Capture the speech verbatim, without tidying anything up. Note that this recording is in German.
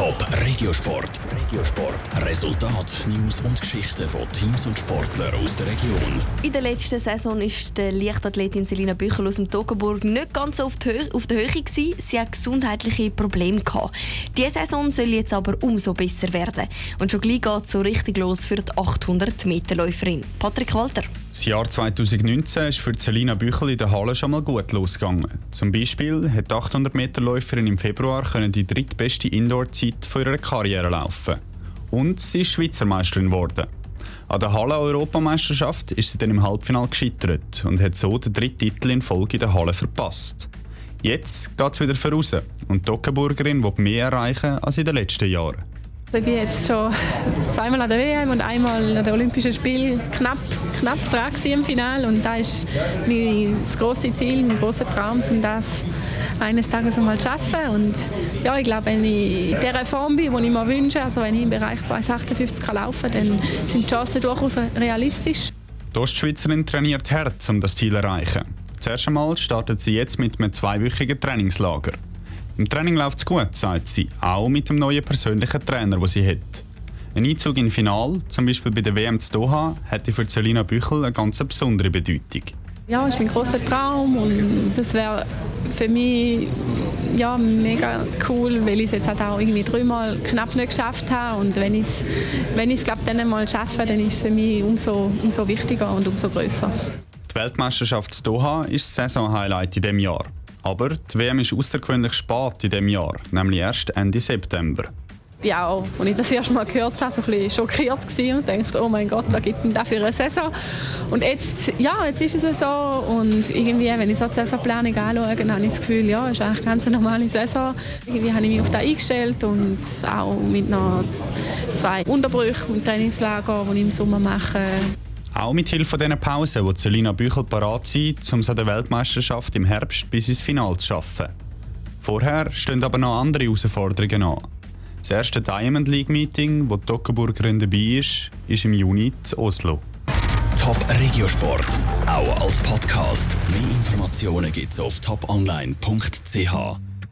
Top Regiosport. Regiosport. Resultat, News und Geschichten von Teams und Sportlern aus der Region. In der letzten Saison war die Leichtathletin Selina Büchel aus dem Toggenburg nicht ganz auf, die Höhe, auf der Höhe gewesen. Sie hat gesundheitliche Probleme gehabt. Diese Saison soll jetzt aber umso besser werden. Und schon gleich geht es so richtig los für die achthundert-Meter-Läuferin. Patrick Walter. Das Jahr zweitausendneunzehn ist für Selina Büchel in der Halle schon mal gut losgegangen. Zum Beispiel hat die achthundert-Meter-Läuferin im Februar die drittbeste Indoor-Zeit von ihrer Karriere laufen. Und sie ist Schweizer Meisterin geworden. An der Halle-Europameisterschaft ist sie dann im Halbfinale gescheitert und hat so den dritten Titel in Folge in der Halle verpasst. Jetzt geht es wieder voraus und die Toggenburgerin will mehr erreichen als in den letzten Jahren. Ich bin jetzt schon zweimal an der W M und einmal an den Olympischen Spielen knapp, knapp dran im Finale. Und das ist mein das grosse Ziel, mein grosser Traum, um das eines Tages einmal zu schaffen. Und ja, ich glaube, wenn ich in der Form bin, die ich mir wünsche, also wenn ich im Bereich von eins Komma achtundfünfzig laufen kann, dann sind die Chancen durchaus realistisch. Die Ostschweizerin trainiert hart, um das Ziel zu erreichen. Zuerst einmal startet sie jetzt mit einem zweiwöchigen Trainingslager. Im Training läuft es gut, sagt sie, auch mit dem neuen persönlichen Trainer, den sie hat. Ein Einzug ins Finale, zum Beispiel bei der W M zu Doha, hätte für Selina Büchel eine ganz besondere Bedeutung. Ja, das ist mein grosser Traum und das wäre für mich ja, mega cool, weil ich es jetzt halt auch irgendwie dreimal knapp nicht geschafft habe. Und wenn ich es wenn ich's, glaub, dann einmal schaffe, dann ist es für mich umso, umso wichtiger und umso grösser. Die Weltmeisterschaft zu Doha ist das Saisonhighlight in diesem Jahr. Aber die W M ist außergewöhnlich spät in diesem Jahr, nämlich erst Ende September. Ich war auch, als ich das erste Mal gehört habe, so ein bisschen schockiert und dachte, oh mein Gott, was gibt denn das für eine Saison? Und jetzt, ja, jetzt ist es so. Und irgendwie, wenn ich so die Saisonplanung anschaue, dann habe ich das Gefühl, ja, es ist eigentlich eine ganz normale Saison. Irgendwie habe ich mich auf das eingestellt und auch mit noch zwei Unterbrüchen im Trainingslager, die ich im Sommer mache. Auch mit Hilfe dieser Pause will Selina Büchel parat sein, um es an der Weltmeisterschaft im Herbst bis ins Finale zu schaffen. Vorher stehen aber noch andere Herausforderungen an. Das erste Diamond League Meeting, wo die Toggenburgerin dabei ist, ist im Juni in Oslo. Top Regiosport, auch als Podcast. Mehr Informationen gibt's auf top online punkt c h.